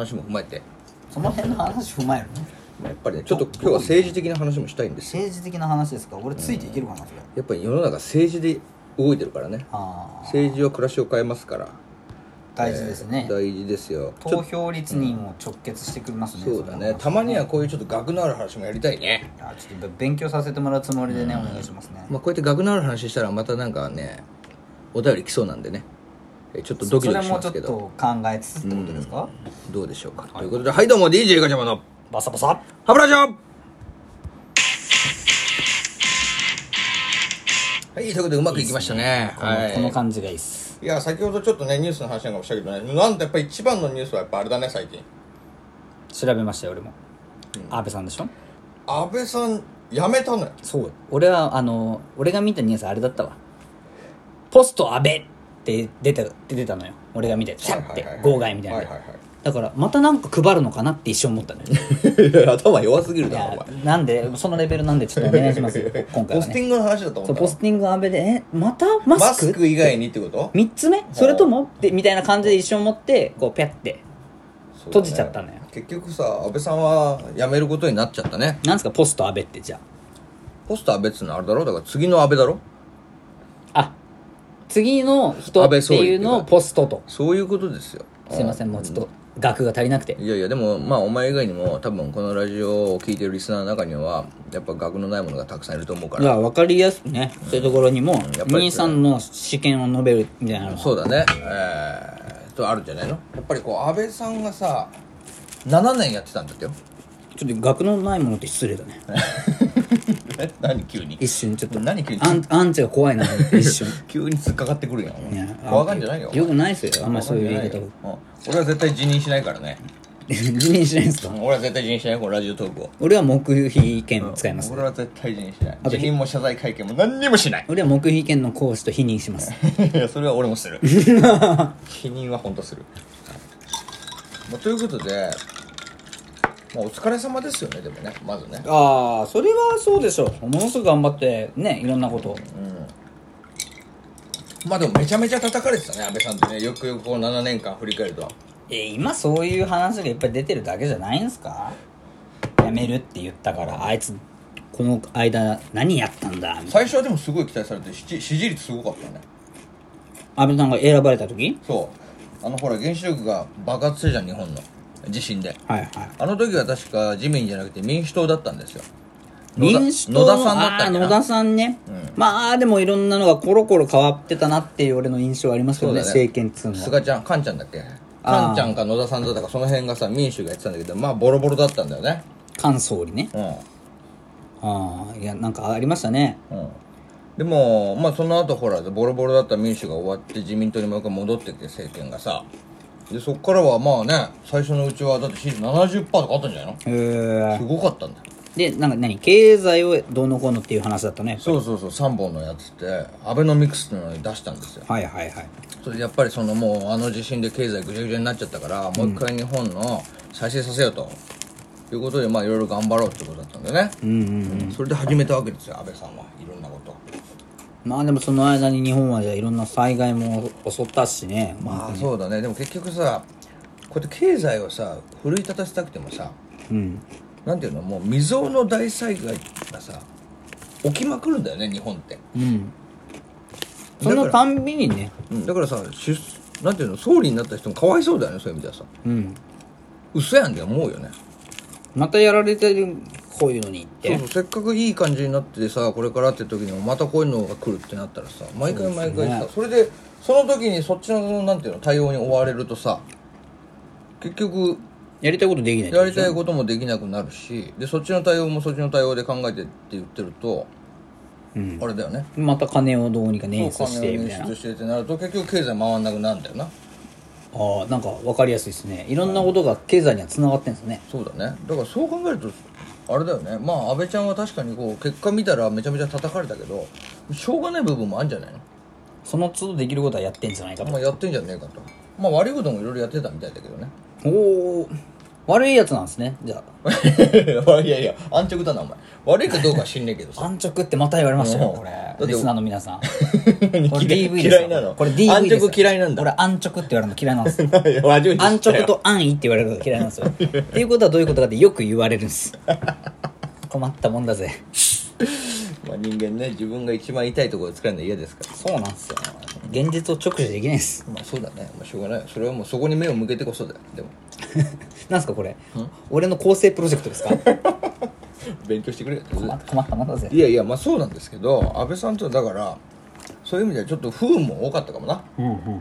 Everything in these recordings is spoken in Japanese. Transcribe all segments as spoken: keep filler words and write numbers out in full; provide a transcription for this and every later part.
話も踏まえて、 その辺の話踏まえるね。 やっぱりねちょっと今日は政治的な話もしたいんですよ。 政治的な話ですか。俺ついていけるかなそれ。 やっぱり世の中政治で動いてるからね。 ああ、 政治は暮らしを変えますから。 大事ですね、 えー、大事ですよ。 投票率にも直結してくりますね、 うん、そうだね。たまにはこういうちょっと学のある話もやりたいね。 あ、ちょっと勉強させてもらうつもりでね、うん、お願いしますね。 まあ、こうやって学のある話したらまたなんかねお便り来そうなんでね、ちょっとドキドキしますけど、 それもちょっと考えつつってことですか、 うん、どうでしょうか、はい、ということで、はいどうも ディージェー ガチャマのバサバサハブラジオ。はい、ということでうまくいきましたね。 いいですね、 はい、 この感じがいいっす。 いや先ほどちょっとねニュースの話なんかもしたけどね、なんとやっぱり一番のニュースはやっぱあれだね。最近調べましたよ俺も、うん、安倍さんでしょ。 安倍さん辞めたのよ。 そう俺はあの俺が見たニュースあれだったわ。ポスト安倍って出て出てたのよ。俺が見てシャッて号外みたいな、はいはいはい、だからまたなんか配るのかなって一瞬思ったのよ頭弱すぎるなお前。 なんでそのレベルなんでちょっとお願いしますよ今回は、ね、 ポスティングの話だと思った。 そうポスティング安倍でえまたマスクマスク以外にってこと？ みっつめそれともでみたいな感じで一瞬思ってこうピャって閉じちゃったのよ、ね、 結局さ安倍さんは辞めることになっちゃったね。 なんすかポスト安倍って。じゃあポスト安倍っつうのあれだろ。だから次の安倍だろ。 あ次の人っていうのをポストと。 そういうことですよ。 すいませんもうちょっと額が足りなくて。 いやいやでもまあお前以外にも多分このラジオを聞いてるリスナーの中にはやっぱ額のないものがたくさんいると思うから。 いや分かりやすくね、うん、そういうところにも兄さんの試験を述べるみたいなの。 そうだね。えー、とあるんじゃないの。やっぱりこう安倍さんがさななねんやってたんだってよ。 ちょっと額のないものって失礼だね何急に一瞬ちょっと何急にアンアンチが怖いなと思って一瞬急に突っかかってくるやん。怖がんじゃないよ。 よくないっすよあんまりそういう言い方を、うん、 俺は絶対辞任しないからね辞任しないんすか。 俺は絶対辞任しないこのラジオトークを。 俺は黙秘権使います、 うん、俺は絶対辞任しない。辞任も謝罪会見も何にもしない。 俺は黙秘権の行使と否認しますいやそれは俺もする否認は本当する、まあ、ということでまあ、お疲れ様ですよね。でもねまずね。 ああそれはそうでしょう。ものすごく頑張ってねいろんなことを、 うん、まあでもめちゃめちゃ叩かれてたね安倍さんってね。よくよくこうななねんかん振り返るとえー、今そういう話がいっぱい出てるだけじゃないんすか。辞めるって言ったからあいつこの間何やったんだみたいな。 最初はでもすごい期待されて支持率すごかったね安倍さんが選ばれた時。 そうあのほら原子力が爆発するじゃん日本の地震で、 はいはい、 あの時は確か自民じゃなくて民主党だったんですよ。 民主党野田さんだったっけな。 野田さんね、うん、まあでもいろんなのがコロコロ変わってたなっていう俺の印象はありますけど ね, ね政権っつうのは。菅ちゃんカンちゃんだっけ。カンちゃんか野田さんだったかその辺がさ民主がやってたんだけどまあボロボロだったんだよね。 菅総理ね、うん、ああいやなんかありましたね、 うん、でもまあその後ほらボロボロだった民主が終わって自民党にもう一回戻ってきて政権がさでそっからはまあね最初のうちはだって支持 ななじゅっパーセント とかあったんじゃないの。へえすごかったんだよ。 でなんか何経済をどうのこうのっていう話だったね。 そうそうそうさんぼんのやつってアベノミクスっていうのを出したんですよ。 はいはいはい。 それでやっぱりそのもうあの地震で経済ぐちゃぐちゃになっちゃったから、うん、もう一回日本の再生させようということでまあいろいろ頑張ろうってことだったんだよね。うんうんうん、それで始めたわけですよ安倍さんはいろんなこと。 まあでもその間に日本はじゃあいろんな災害も襲ったしね。 まあそうだね。でも結局さこうやって経済をさ奮い立たせたくてもさ、うん、なんていうのもう未曾有の大災害がさ起きまくるんだよね日本って、うん、 そのたんびにね、 うん、だからさなんていうの総理になった人もかわいそうだよねそういう意味ではさ、うん、嘘やんって思うよね。 またやられてるこういうのにって。 そうそうせっかくいい感じになってさこれからって時にもまたこういうのが来るってなったらさ毎回毎回さ そ,、ね、それでその時にそっちのなんていうの対応に追われるとさ結局やりたいことできないやりたいこともできなくなるしでそっちの対応もそっちの対応で考えてって言ってると、うん、あれだよねまた金をどうにか捻出してみたいな。 捻出してってなると結局経済回んなくなるんだよな。 ああなんか分かりやすいですね。いろんなことが経済にはつながってるんですね。 そうだね。だからそう考えるとあれだよね。まあ安倍ちゃんは確かにこう結果見たらめちゃめちゃ叩かれたけどしょうがない部分もあるんじゃないの。 その都度できることはやってんじゃないかと。 まあやってんじゃねえかと。まあ悪いこともいろいろやってたみたいだけどね。 おお悪いやつなんですね、じゃあ。 いやいや安直だなお前。悪いかどうかは知んねえけどさ。 安直ってまた言われましたよ、 うんこれってリスナーの皆さん。これ嫌いディーブイ です嫌いなのこれ ディーブイ です安直嫌いなんだ。 これ安直って言われるの嫌いなんですよ。 いや初めて知安ったよ直と安易って言われるのが嫌いなんですよ。っていうことはどういうことかってよく言われるんです困ったもんだぜ。 まあ人間ね自分が一番痛いところを使うのは嫌ですから。 そうなんですよ。現実を直視できないです。 まあそうだね、まあ、しょうがない。それはもうそこに目を向けてこそだよ。でもなんすかこれ俺の構成プロジェクトですか勉強してくれよ。 困った困ったもんだぜ。 いやいやまあそうなんですけど、安倍さんとだからそういう意味ではちょっと不運も多かったかもな。 うんうんうん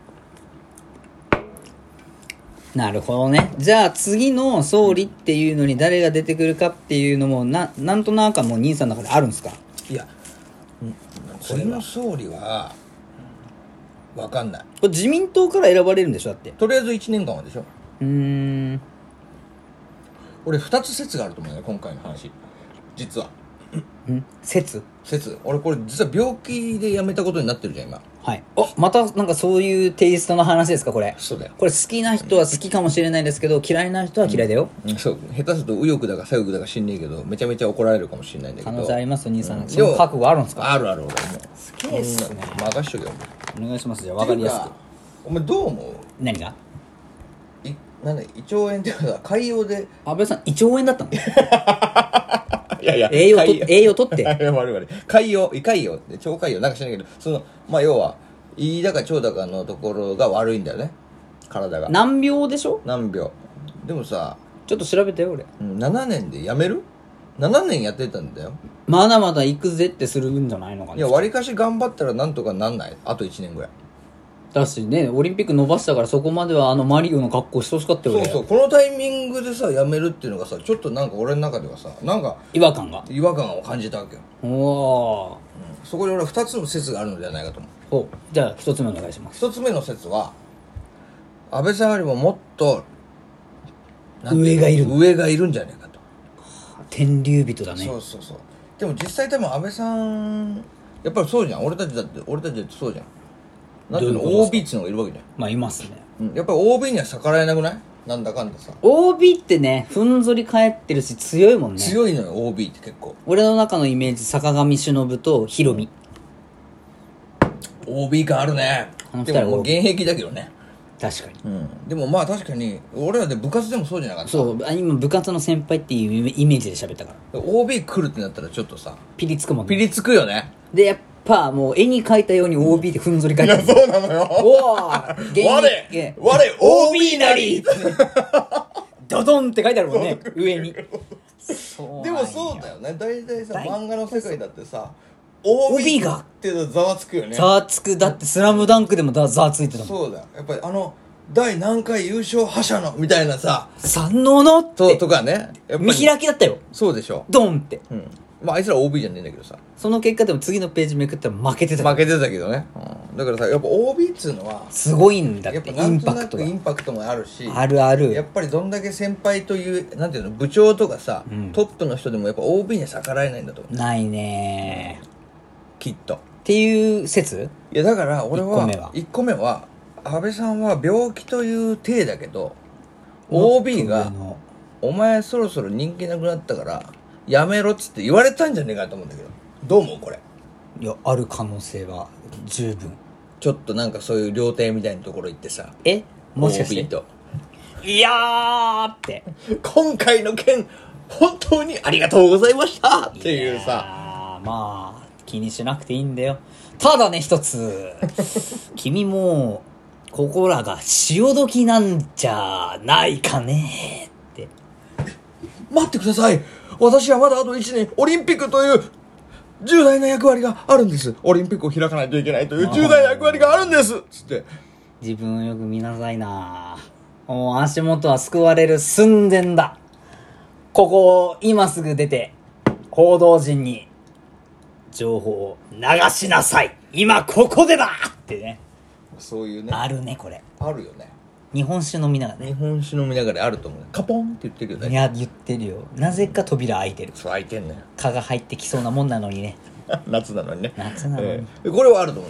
なるほどね。じゃあ次の総理っていうのに誰が出てくるかっていうのもななんとなくもう兄さんの中であるんですか。 いや次の総理は分かんない。 これ自民党から選ばれるんでしょだって。 とりあえずいちねんかんはでしょ。 うーん俺ふたつ説があると思うよ今回の話。実はん説説俺これ実は病気で辞めたことになってるじゃん今。 はいおまたなんかそういうテイストの話ですかこれ。 そうだよ。 これ好きな人は好きかもしれないですけど嫌いな人は嫌いだよ、 うんそう下手すると右翼だか左翼だか知んねえけどめちゃめちゃ怒られるかもしれないんだけど。 可能性ありますよ兄さん、 うんその覚悟あるんですか。 あるある俺もすげえっすね。 任しとけよ。 お願いします。じゃあ分かりやすく。 お前どう思う。 何がいなんだ胃腸炎っていうのは海洋で安倍さん胃腸炎だったのいやいや栄養と海洋栄養とって悪い悪い海洋胃潰瘍腸潰瘍なんか知らないけどそのまあ要は胃だか腸だかのところが悪いんだよね体が。 難病でしょ。 難病でもさ、 ちょっと調べてよ俺。 うんななねんで辞める。ななねんやってたんだよ。 まだまだ行くぜってするんじゃないのかな。 いやわりかし頑張ったらなんとかなんない。あといちねんぐらい。 だしねオリンピック伸ばしたからそこまではあのマリオの格好してほしかったよね。 そうそうこのタイミングでさ辞めるっていうのがさちょっとなんか俺の中ではさなんか違和感が。 違和感を感じたわけよ。 おおうんそこで俺はふたつの説があるのではないかと思う。 ほうじゃあ一つ目お願いします。 ひとつめの説は安倍さんよりももっとなんていうの上がいる上がいるんじゃないかと。 天竜人だね。 そうそうそう。でも実際多分安倍さんやっぱりそうじゃん。俺たちだって俺たちだってそうじゃん。なんていうのどういうことですかオービー っていうのがいるわけじゃん。 まあいますね。 うんやっぱり オービー には逆らえなくない。なんだかんださ、 オービー ってねふんぞり返ってるし強いもんね。 強いのよ オービー って結構。 俺の中のイメージ坂上忍とヒロミ。 オービー 感あるね。 あの二人はでももう現役だけどね。 確かに。 うんでもまあ確かに俺らで部活でもそうじゃなかった。 そうあ今部活の先輩っていうイメージで喋ったからオービー 来るってなったらちょっとさピリつくもんね。 ピリつくよね。 でやっぱもう絵に描いたように オービー ってふんぞり返ってる。 そうなのよ。 おー現役我我 オービー なりドドンって書いてあるもんね上に。 でもそうだよね。大体さ漫画の世界だってさ オービー がっていうとざわつくよね。 ざわつく。だってスラムダンクでもだざわついてたもん。 そうだよ。やっぱりあの第何回優勝覇者のみたいなさ三能のってととかねやっぱり見開きだったよそうでしょ。 ドンって。 うんまああいつら オービー じゃねえんだけどさその結果でも次のページめくったら負けてた。 負けてたけどね、うん、だからさやっぱ オービー っつうのはすごいんだっやて。 っぱなんとなインパクトがくインパクトもあるしあるある。 やっぱりどんだけ先輩というなんていうの部長とかさ、 うんトップの人でもやっぱ オービー には逆らえないんだと思うないねきっと。 っていう説。 いやだから俺はいっこめはいっこめは安倍さんは病気という体だけど オービー がもっお前そろそろ人気なくなったからやめろっつって言われたんじゃねえかと思うんだけどどう思うこれ。 と上のいやある可能性は十分。 ちょっとなんかそういう料亭みたいなところ行ってさえもしかしオービーてといやーって今回の件本当にありがとうございましたっていうさ。 やーまあ気にしなくていいんだよ。ただね一つ君もここらが潮時なんじゃないかねって。 待ってください。私はまだあといちねんオリンピックという重大な役割があるんです。オリンピックを開かないといけないという重大な役割があるんですつって自分をよく見なさいな。もう足元は救われる寸前だ。ここを今すぐ出て報道陣に情報を流しなさい。今ここでだってね。 そういうねあるねこれ。 あるよね。 日本酒飲みながらね。 日本酒飲みながらあると思う。カポンって言ってるよね。 いや言ってるよ。なぜか扉開いてる。 そう開いてんね蚊が入ってきそうなもんなのにね。 夏なのにね。 夏なのに、 えーこれはあると思うんだよね。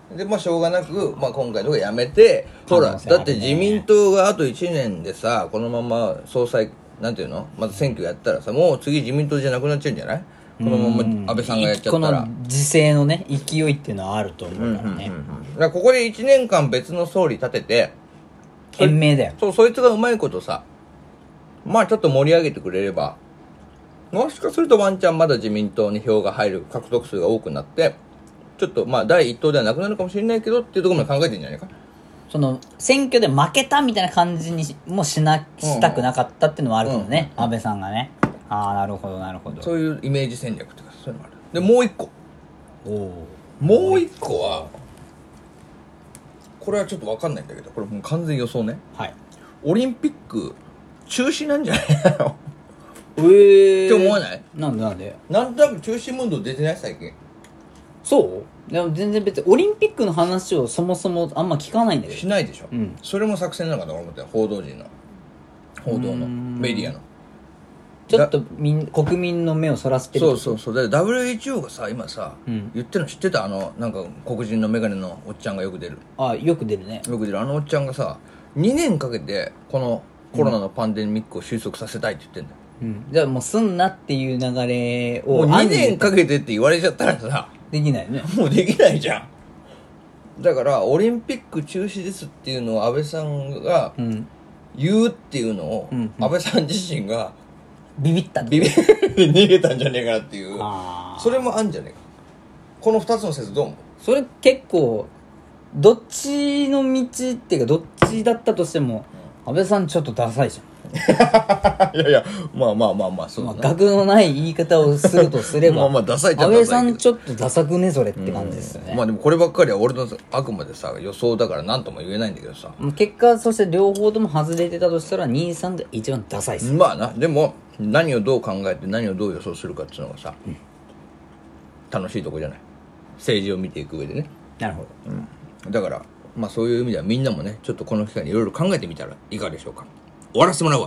でまあしょうがなく、まあ、今回のがやめて、ほらだって自民党があといちねんでさこのまま総裁なんていうのまず選挙やったらさもう次自民党じゃなくなっちゃうんじゃない？このまま安倍さんがやっちゃったらこの時勢のね勢いっていうのはあると思うからね、うんうんうんうん、だからここでいちねんかん別の総理立てて延命だよ。 そうそいつがうまいことさまあちょっと盛り上げてくれればもしかするとワンチャンまだ自民党に票が入る獲得数が多くなってちょっとまあ第一党ではなくなるかもしれないけどっていうところまで考えてるんじゃないか。 その選挙で負けたみたいな感じにもしなしたくなかったっていうのはあるけどね、うんうん、安倍さんがね。ああなるほどなるほど。 そういうイメージ戦略とかそういうのもある。でもう一個おもう一個はこれはちょっと分かんないんだけどこれもう完全予想ね。はい。オリンピック中止なんじゃないのえーって思わない？ なんでなんでなんとなく中止ムード出てない最近。 そうでも全然別にオリンピックの話をそもそもあんま聞かないんだけど。 しないでしょ、 うん、 それも作戦なのかなと思ったよ。報道陣の報道のメディアのちょっとみん国民の目をそらしてる。 そうそうそう。で ダブリューエイチオー がさ今さ、うん、言ってるの知ってた？あのなんか黒人のメガネのおっちゃんがよく出る。 あよく出るね。 よく出るあのおっちゃんがさにねんかけてこのコロナのパンデミックを収束させたいって言ってんだよ、 うん、じゃあもうすんなっていう流れをもうにねんかけてって言われちゃったらさできないね。 もうできないじゃん。だからオリンピック中止ですっていうのを安倍さんが言うっていうのを、うんうん、安倍さん自身がビビったビビ逃げたんじゃねえかなっていう。それもあんじゃねえか。このふたつの説どう思う？ それ結構どっちの道っていうかどっちだったとしても、うん、安倍さんちょっとダサいじゃん。 いやいやまあまあまあまあそうだな、 まあ、学のない言い方をするとすればまあまあダサいっちゃダサい安倍さんちょっとダサくねそれって感じですよね。 まあでもこればっかりは俺のあくまでさ予想だから何とも言えないんだけどさ結果そして両方とも外れてたとしたらにさんが一番ダサいっす。 まあなでも何をどう考えて何をどう予想するかっていうのがさ、うん、楽しいとこじゃない。政治を見ていく上でね。 なるほど、 うん、だからまあそういう意味ではみんなもねちょっとこの機会にいろいろ考えてみたらいかがでしょうか。終わらせてもらうわ。